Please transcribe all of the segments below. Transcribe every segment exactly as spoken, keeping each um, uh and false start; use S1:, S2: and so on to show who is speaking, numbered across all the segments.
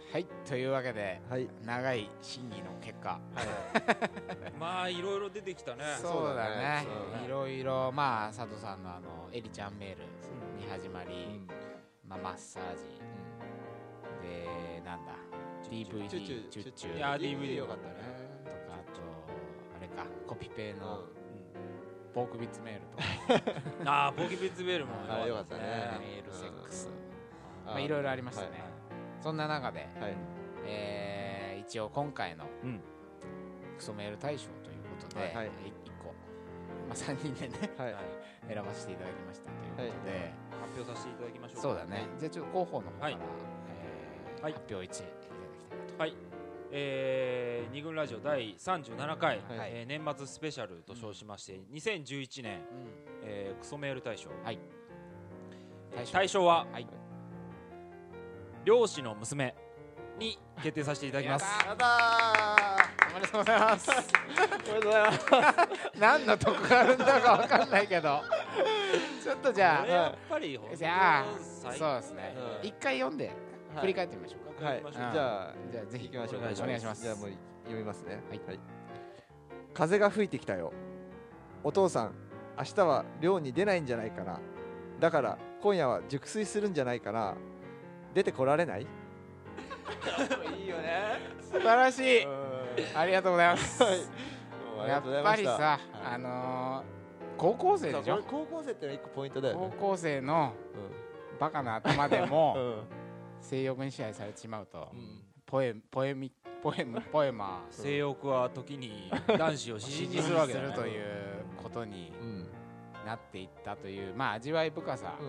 S1: はい、というわけで、
S2: はい、
S1: 長い審議の結果、はい、
S3: まあいろいろ出てきたね。
S1: そうだね、いろいろ、まあ佐藤さんのあのエリちゃんメールに始まり、うん、まあマッサージ、うん、でなんだ ディーブイディー チュッチュ、
S3: いや ディーブイディー よかったね
S1: とか、あとあれかコピペの、うん、ポークビッツメールとか
S3: ああポークビッツメールも
S2: よかったね、
S1: メールセックス、まあいろいろありましたね、はいはい、そんな中で、はい、えー、一応今回のクソメール大賞ということで、はい、いっこ、まあ、さんにんでね、はい、選ばせていただきましたということで、はい、
S3: 発表させていただきましょうか。
S1: そうだね。じゃあちょっと広報の方から、はい、えーはい、発表いちいただきたいなと。
S3: はい、えー、二軍ラジオだいさんじゅうななかい、はい、えー、年末スペシャルと称しまして、うん、にせんじゅういちねん、うん、えー、クソメール大賞、はい、大賞、大賞は、はい、漁師の娘に決定させていただきます。
S1: やったー、おめでとうございます。おめでとうございます。何の得があるんだかわかんないけどちょっとじゃあ
S3: やっぱり
S1: じゃあそうですね、一回読んで振り返ってみましょうか。
S2: はい、じゃあじゃあぜひ行きましょう。
S1: お願いします。
S2: じゃあもう読みますね。はい、はい、風が吹いてきたよ。お父さん、明日は漁に出ないんじゃないかな。だから今夜は熟睡するんじゃないかな。出てこられない？い
S1: いよね。素晴らしい。ありがとうございます。はい、やっぱりさ、はい、あのー、高校生でしょ。
S2: 高校生ってのは一個ポイントだよね。
S1: 高校生のバカな頭でも、うん、性欲に支配されてしまうと、うん、ポエポエミポエムポエマー、
S3: 性欲は時に男子を支持するわけだね。
S1: するということになっていったという、まあ味わい深さ、うん、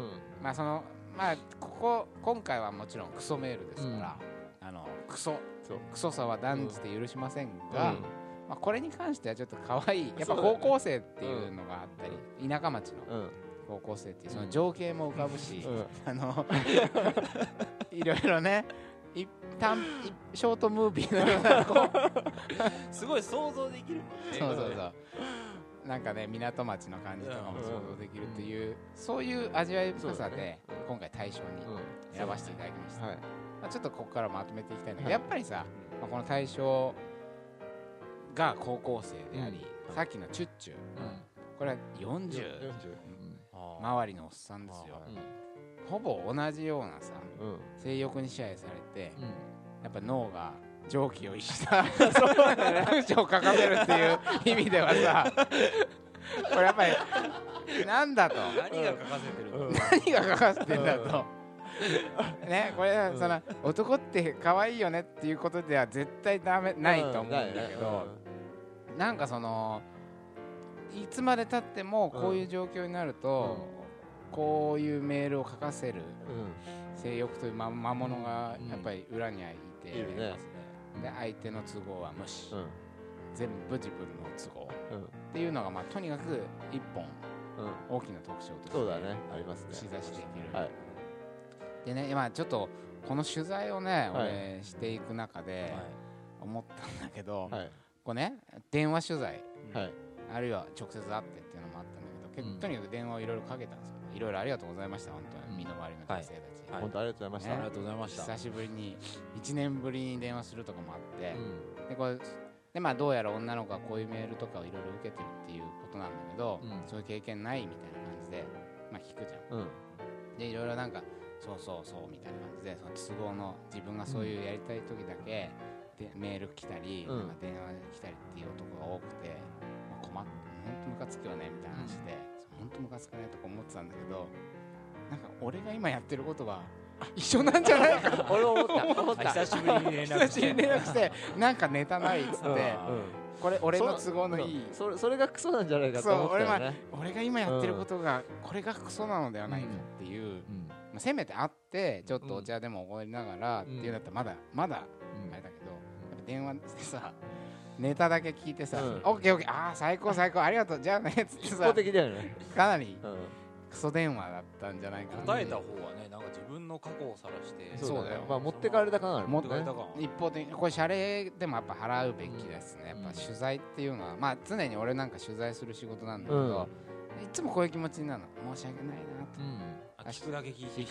S1: まあそのまあここ今回はもちろんクソメールですから、うん、あのクソクソさは断じて許しませんが、うん、まあこれに関してはちょっと可愛い、やっぱ高校生っていうのがあったり、田舎町の高校生っていうその情景も浮かぶし、うん、あのいろいろね、一旦ショートムービーのようなこ
S3: うすごい想像できるもんね。
S1: そうそうそう。なんかね、港町の感じとかも想像できるという、うん、そういう味わい深さで、ね、今回大賞に選ばせていただきました、うん、はい、まあ、ちょっとここからまとめていきたいんだけど、はい、やっぱりさ、まあ、この大賞が高校生であり、うん、さっきのチュッチュ、うん、これはよんじゅう、よんじゅう、うん、周りのおっさんですよ、うん、ほぼ同じようなさ、うん、性欲に支配されて、うん、やっぱ脳が蒸気を逸した文章を書かせるっていう意味ではさこれやっぱりなんだと、
S3: 何が書かせてるの、
S1: うん、何が書かせてるんだとね、これ、うん、その男って可愛いよねっていうことでは絶対ダメないと思うんだけど、うん、なんかそのいつまで経ってもこういう状況になると、うん、こういうメールを書かせる、うん、性欲という魔物がやっぱり裏にはいて、うん、いるね。で相手の都合は無視、うん、全部自分の都合、うん、っていうのが、まあ、とにかく一本、うん、大きな特徴として
S2: そうだね、ありますね、
S1: 串刺しできる、はい、でね、今ちょっとこの取材をね、はい、俺していく中で思ったんだけど、はい、こうね、電話取材、はい、あるいは直接会ってっていうのもあったんだけど、うん、とにかく電話をいろいろかけたんですよ。いろいろありがとうございました、本当に身の回りの女性たち、
S2: はい、本当ありがとうございました、ね、
S3: ありがとうございました。
S1: 久しぶりにいちねんぶりに電話するとかもあって、うん、でこれで、まあ、どうやら女の子がこういうメールとかをいろいろ受けてるっていうことなんだけど、うん、そういう経験ないみたいな感じで、まあ、聞くじゃん、うん、でいろいろなんかそうそうそうみたいな感じで、その都合の自分がそういうやりたい時だけでメール来たり、うん、なんか電話来たりっていう男が多くて、まあ、困って本当ムカつくよねみたいな話で、本当ムカつくねとか思ってたんだけど、なんか俺が今やってることは一緒なんじゃないかな
S3: 俺思った思った久しぶりに連絡して
S1: 連絡してなんかネタないっつって、うんうん、これ俺の都合のいい
S2: そ, そ, それがクソなんじゃないかと思ったよね。
S1: そう 俺, 俺が今やってることがこれがクソなのではないかっていう、うんうん、まあ、せめて会ってちょっとお茶でもおごりながらっていうんだったらまだまだあれだけど、やっぱ電話でさネタだけ聞いてさ、うん、オッケーオッケー、ああ最高最高ありがとうじゃあねっつってさ、
S2: 一方的だよね、
S1: かなり、うん、クソ電話だったんじゃないかな。
S3: 答えた方はね、なんか自分の過去を晒して、
S1: そうだよ、
S2: まあ持ってかれた感ある
S1: もんね。一方的にこれ謝礼でもやっぱ払うべきですね、うん、やっぱ取材っていうのは、まあ常に俺なんか取材する仕事なんだけど、うん、いつもこういう気持ちになるの、申し訳ないなと、うん、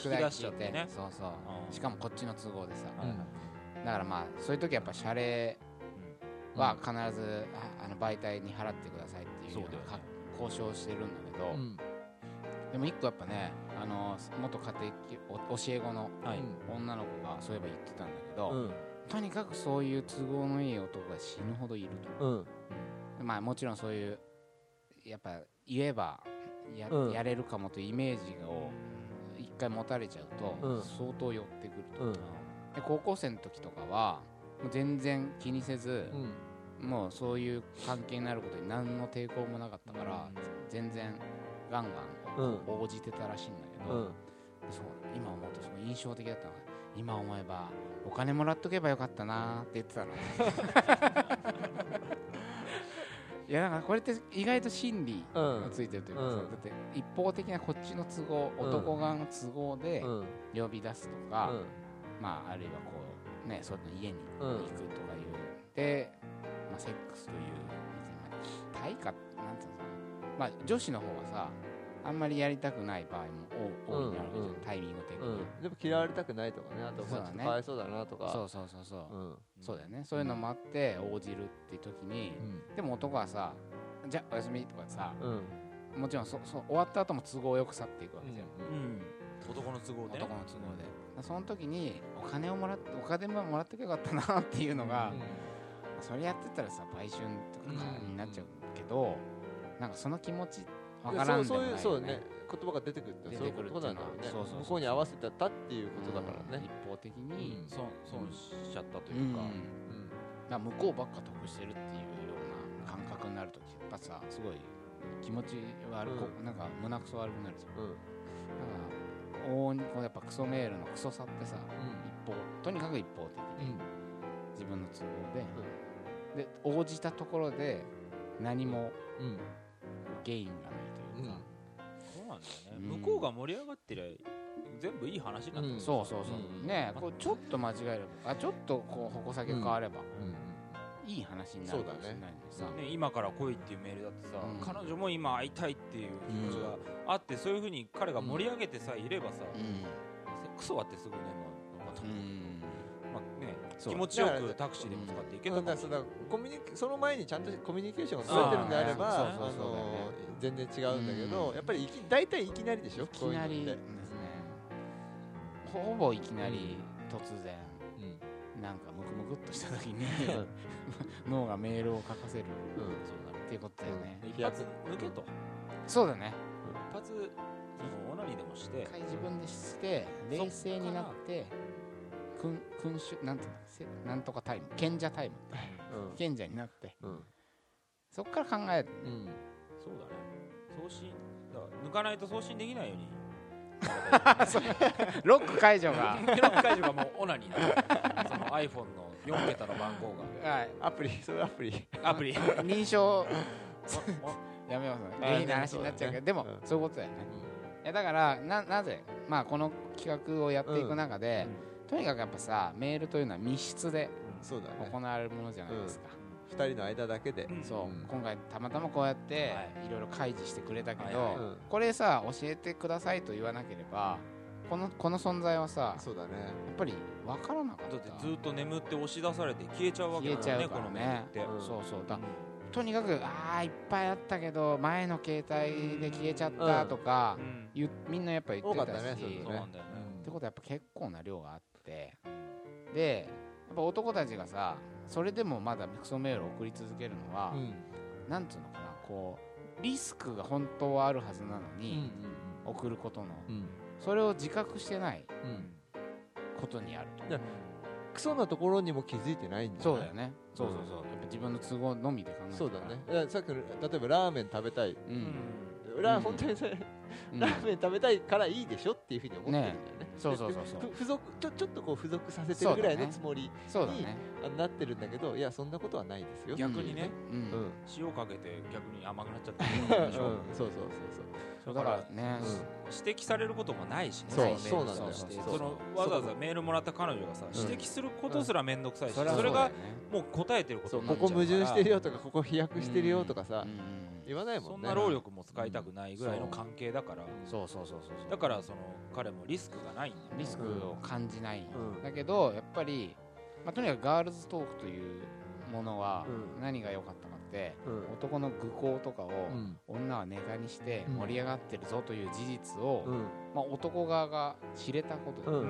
S3: 聞くだけ聞いて引き出しちゃってね、
S1: そうそう、うん、しかもこっちの都合でさ、うん、やだからまあそういう時やっぱ謝礼は必ず、ああの媒体に払ってくださいっていうようなか交渉してるんだけど、うん、でも一個やっぱね、あの元家庭教え子の女の子がそういえば言ってたんだけど、うん、とにかくそういう都合のいい男が死ぬほどいると、うんうん、まあもちろんそういうやっぱ言えば や,、うん、やれるかもというイメージを一回持たれちゃうと、うん、相当寄ってくると、うん、で高校生の時とかはもう全然気にせず、うん、もうそういう関係になることに何の抵抗もなかったから、うん、全然ガンガン応じてたらしいんだけど、うん、そう今思うとその印象的だったのが、今思えばお金もらっとけばよかったなって言ってたのいやだからこれって意外と心理がついてるというかさ、うん、だって一方的なこっちの都合、うん、男側の都合で呼び出すとか、うん、まああるいはこうね、その家に行くとかいう、うん、で、まあ、セックスという別に対価なんていうのかな、まあ女子の方はさあんまりやりたくない場合も多いなわけじゃん、うん、タイミング的に、うん、
S2: でも嫌われたくないとかね、あとちょっとかわいそうだなとか、
S1: そうそうそうそう、うん、そうだよね、そういうのもあって応じるっていう時に、うん、でも男はさ、じゃあおやすみとかさ、うん、もちろんそそ終わった後も都合よく去っていくわけじゃん、うんうん、
S3: 男の都合で、
S1: 男の都合で、その時にお金をもらってお金ももらってけばよかったなっていうのが、うん、それやってたらさ売春とかになっちゃうけど、うん、なんかその気持ちわからんでもないよね。
S2: そういうそうね、言葉が出てくるってそういうことなんだろうね。そうそうそう、向こうに合わせてたっていうことだからね、
S1: うん、一方的に
S3: 損、損しちゃったというか、うんうん、
S1: だから向こうばっか得してるっていうような感覚になるときやっぱさすごい気持ち悪く、うん、なんか胸くそ悪くなるじゃん、うん、だから往々にこうやっぱクソメールのクソさってさ、うん、一方とにかく一方的に、うん、自分の都合で、うん、で応じたところで何もゲインがないというか、
S3: うん、そうなんだよね、うん、向こうが盛り上がってりゃ全部いい話になってる、うん、
S1: そうそうそう、うん、ねえこうちょっと間違えれば、あちょっとこう矛先変われば、うんうん、いい話になるかもしれないのにさ、
S3: ね、今から来いっていうメールだってさ、うん、彼女も今会いたいっていう気持ちがあって、うん、そういう風に彼が盛り上げてさえいればさ、うん、クソはってすぐねのまた、うんまあね、気持ちよくタクシーでも使っていけたかもしれない、
S2: コミュニその前にちゃんとコミュニケーションが取れてるんであれば全然違うんだけど、やっぱりいき大体いきなりでしょ、い
S1: きなりですね、ほぼいきなり突然、うん、なんかムクムクっとした時に脳がメールを書かせる、うん、そうだっていうことだよね、
S3: うん、一発抜けと、
S1: そうだね、
S3: 一発そのオナニーでもして
S1: 一回自分でして冷静になって君主なんていうのなんとかタイム賢者タイム、うん、賢者になって、うん、そっから考える、うん、
S3: そうだね、送信だから抜かないと送信できないように
S1: ロック解除が
S3: ロック解除がもうオナニーなのその iPhone のよん桁の番号が、
S2: はい、アプリそれアプリ
S3: アプリ
S1: 認証やめますね、いい話になっちゃうけど、でも、うん、そういうことだよね、うん、いやだから な, なぜ、まあ、この企画をやっていく中で、うん、とにかくやっぱさメールというのは密室で行われるものじゃないですか、
S2: ふたりの間だけで、
S1: そう、うん、今回たまたまこうやっていろいろ開示してくれたけど、はいはいはい、これさ教えてくださいと言わなければこの、この存在はさ、
S2: そうだね、や
S1: っぱり分からなかった。
S3: だってずっと眠って押し出されて消えちゃうわけだよね、
S1: 消えちゃうからね、
S3: このメールって、
S1: うん、そうそうだ、うん、とにかくあーいっぱいあったけど前の携帯で消えちゃったとか、うん、みんなやっぱ言ってたし、
S2: ね、
S1: そうなんだよね、ってことはやっぱ結構な量があって、でやっぱ男たちがさそれでもまだクソメールを送り続けるのは、うん、なんつうのかな、こうリスクが本当はあるはずなのに、うんうんうん、送ることの、うん、それを自覚してないことにあると、うん、
S2: クソなところにも気づいてないんじゃない？
S1: そうだよね、そうそうそう、やっぱ自分の都合のみで考えて、
S2: そうだね、さっきの例えばラーメン食べたい、うん、ラー本当にね、うん、ラーメン食べたいからいいでしょっていうふうに思ってるんだよね、ね、
S1: そうそうそうそう、
S2: 付属ちょ、ちょっとこう付属させてるぐらいのつもりに、そうだね、なってるんだけど、いやそんなことはないですよ、
S3: 逆にね、うんうん、塩かけて逆に甘くなっちゃったり、うん、そうそうそうそう、だからね、うん、指摘されることもないしね、
S2: そうそうなんだよ、
S3: そのわざわざメールもらった彼女がさ、指摘することすら面倒くさいし、それがもう答えてることになっちゃうから、
S2: ここ矛盾してるよとかここ飛躍してるよとかさ、言わないもんね、
S3: そんな労力も使いたくないぐらいの関係だから、
S1: そうそうそうそう、
S3: だからその彼もリスクがないんだよ、
S1: リスクを感じないんだけど、やっぱりまあ、とにかくガールズトークというものは何が良かったかって、うん、男の愚行とかを女はネタにして盛り上がってるぞという事実を、うん、まあ、男側が知れたことで、うんうん、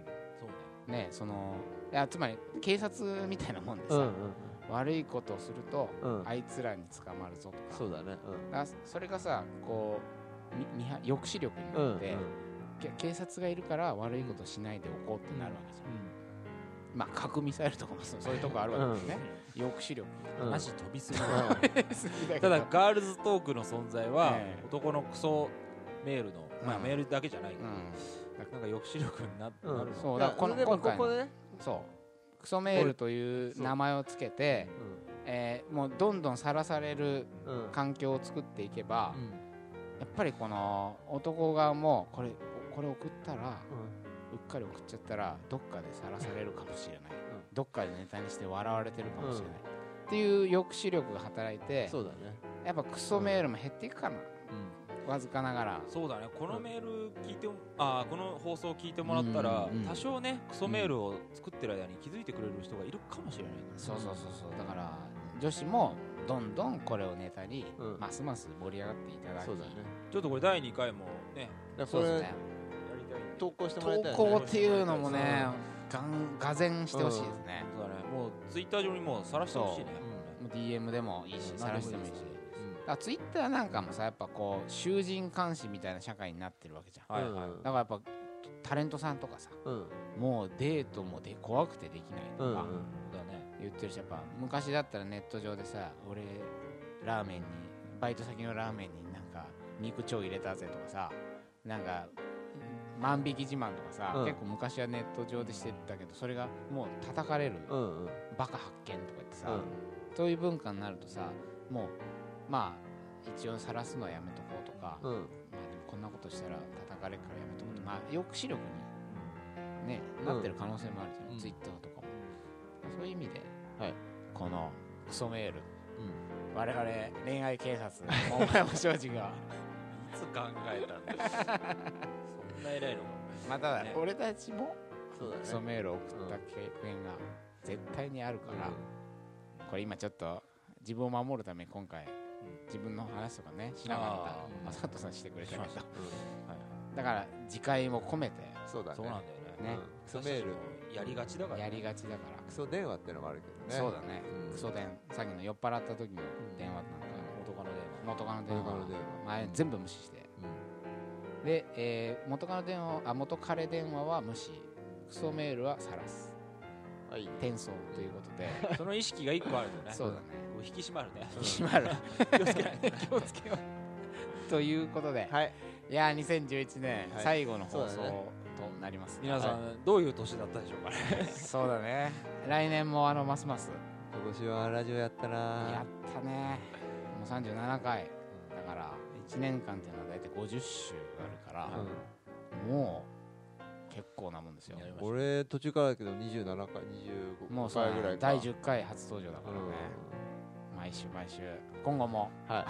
S1: そうね、そのいやつまり警察みたいなもんでさ、うんうん、悪いことをすると、うん、あいつらに捕まるぞとか、
S2: そうだね、
S1: うん、だそれがさこうみ抑止力になって、うんうん、警察がいるから悪いことしないでおこうってなるわけですよ、うん、まあ核ミサイルとかもそういうとこあるわけですね、うん、抑止力、
S3: うん、マジ飛びすぎだただガールズトークの存在は、えー、男のクソメールの、まあ、うん、メールだけじゃないから、うん、なんか抑止力になって、うん、なるの
S1: そうだこの今回のここ、ね、そうクソメールという名前をつけて、うん、えー、もうどんどんさらされる環境を作っていけば、うん、やっぱりこの男側もこれこれ送ったら、うん、うっかり送っちゃったらどっかでさらされるかもしれない、うん、どっかでネタにして笑われてるかもしれない、うん、っていう抑止力が働いて、
S2: そうだね、
S1: やっぱクソメールも減っていくかな、うん、わずかながら。
S3: そうだね、このメール聞いて、あこの放送を聞いてもらったら、うんうん、多少ねクソメールを作ってる間に気づいてくれる人がいるかもしれない、ね、
S1: そうそうそうそう、だから女子もどんどんこれをネタに、うん、ますます盛り上がっていただき、
S3: そうだね、ちょっとこれだいにかいもね、
S2: そうですね、投稿してもらいたい、ね、
S1: 投稿っていうのもね、がんがぜんしてほしいですね、
S3: うん、そうだね、もうツイッター上にもう晒してほしいね、
S1: うん、もう ディーエム でもいいし、晒してもいいし、ツイッターなんかもさ、やっぱこう囚人監視みたいな社会になってるわけじゃん、はいはい、だからやっぱタレントさんとかさ、うん、もうデートもで怖くてできないとか、うんうん、だね、言ってるし、やっぱ昔だったらネット上でさ、俺ラーメンにバイト先のラーメンになんか肉超入れたぜとかさ、なんか万引き自慢とかさ、うん、結構昔はネット上でしてたけど、それがもう叩かれる、うんうん、バカ発見とか言ってさ、うん、そういう文化になるとさ、もうまあ一応晒すのはやめとこうとか、うん、まあ、でもこんなことしたら叩かれるからやめとこうとか、まあ、抑止力に、ね、なってる可能性もあるじゃん、うん、ツイッターとかも、うん、そういう意味で、はい、このクソメール、うん、我々恋愛警察お前も庄司がい
S3: つ考えたんだそんな偉いのか、
S1: まあ、ただ、ね、俺たちもクソメールを送った経験が絶対にあるから、うん、これ今ちょっと自分を守るために今回自分の話とかねしながら佐藤さんしてくれたけど、うん、はい、だから次回も込めて、
S2: そうだね、
S3: そうなんだよね、
S2: ね、クソメール
S3: やりがちだから、ね、
S1: やりがちだから
S2: クソ電話ってのもあるけどね、
S1: そうだね、うん、クソ電さっきの酔っ払った時の電話なんか、
S3: 元カノ電話
S1: 元カノ電話、元カノ電話、前、うん、全部無視して、うん、で、えー、元カノ電話あ元彼電話は無視、クソメールは晒す、はい、転送ということで
S3: その意識が一個あるとね、
S1: そうだね、
S3: 引き締まるね、
S1: 引き締まる気をつけない気をつけようということで、はい、いやーにせんじゅういちねん、はい、最後の放送となります、ね、
S3: 皆さん、はい、どういう年だったでしょうかね
S1: そうだね、来年もあのますます
S2: 今年はラジオやったな、
S1: やったね、もうさんじゅうななかいだからいちねんかんっていうのは大体ごじゅっしゅうあるから、うん、もう結構なもんですよ。
S2: 俺途中からだけどにじゅうななかいにじゅうごかいぐらいか、
S1: だいじゅっかい初登場だからね、うん、毎週毎週今後も、はい、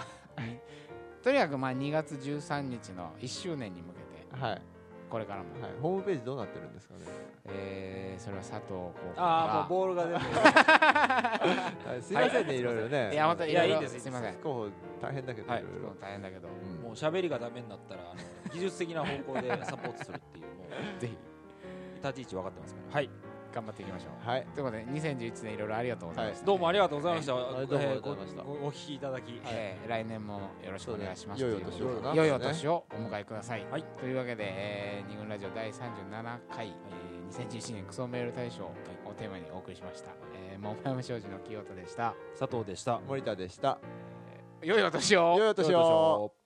S1: とにかくまあにがつじゅうさんにちのいっしゅうねんに向けて、はい、これからも、はい、
S2: ホームページどうなってるんですかね、
S1: えー、それは佐藤候補が、
S3: ああもうボールが出てる
S2: はい、すいませんね、はい、いろいろね、
S1: いやまたいやいい
S3: です
S1: すいません、
S2: 候補大変だけど、はい、いろいろ
S1: 大変だけど、
S3: うん、もう喋りがダメになったらあの技術的な方向でサポートするっていうもうぜひ立ち位置分かってますから、はい、
S1: 頑張っていきましょう。
S2: はい、
S1: ということでにせんじゅういちねんいろいろありがとうございました、
S3: はい、どうもありがとうございました。
S2: はい、どうもありがとうございました。
S3: お聞きいただき、
S1: えー、来年もよろしくお願いします。
S2: 良いお年を、
S1: 良いお年をお迎えください。はい、というわけで、えー、に軍ラジオだいさんじゅうななかい、えー、にせんじゅういちねんクソメール大賞をテーマにお送りしました。えー、桃山商事の清田でした。
S3: 佐藤でした。
S2: 森田でした。
S1: えー、良いお年を。
S2: 良いお年を。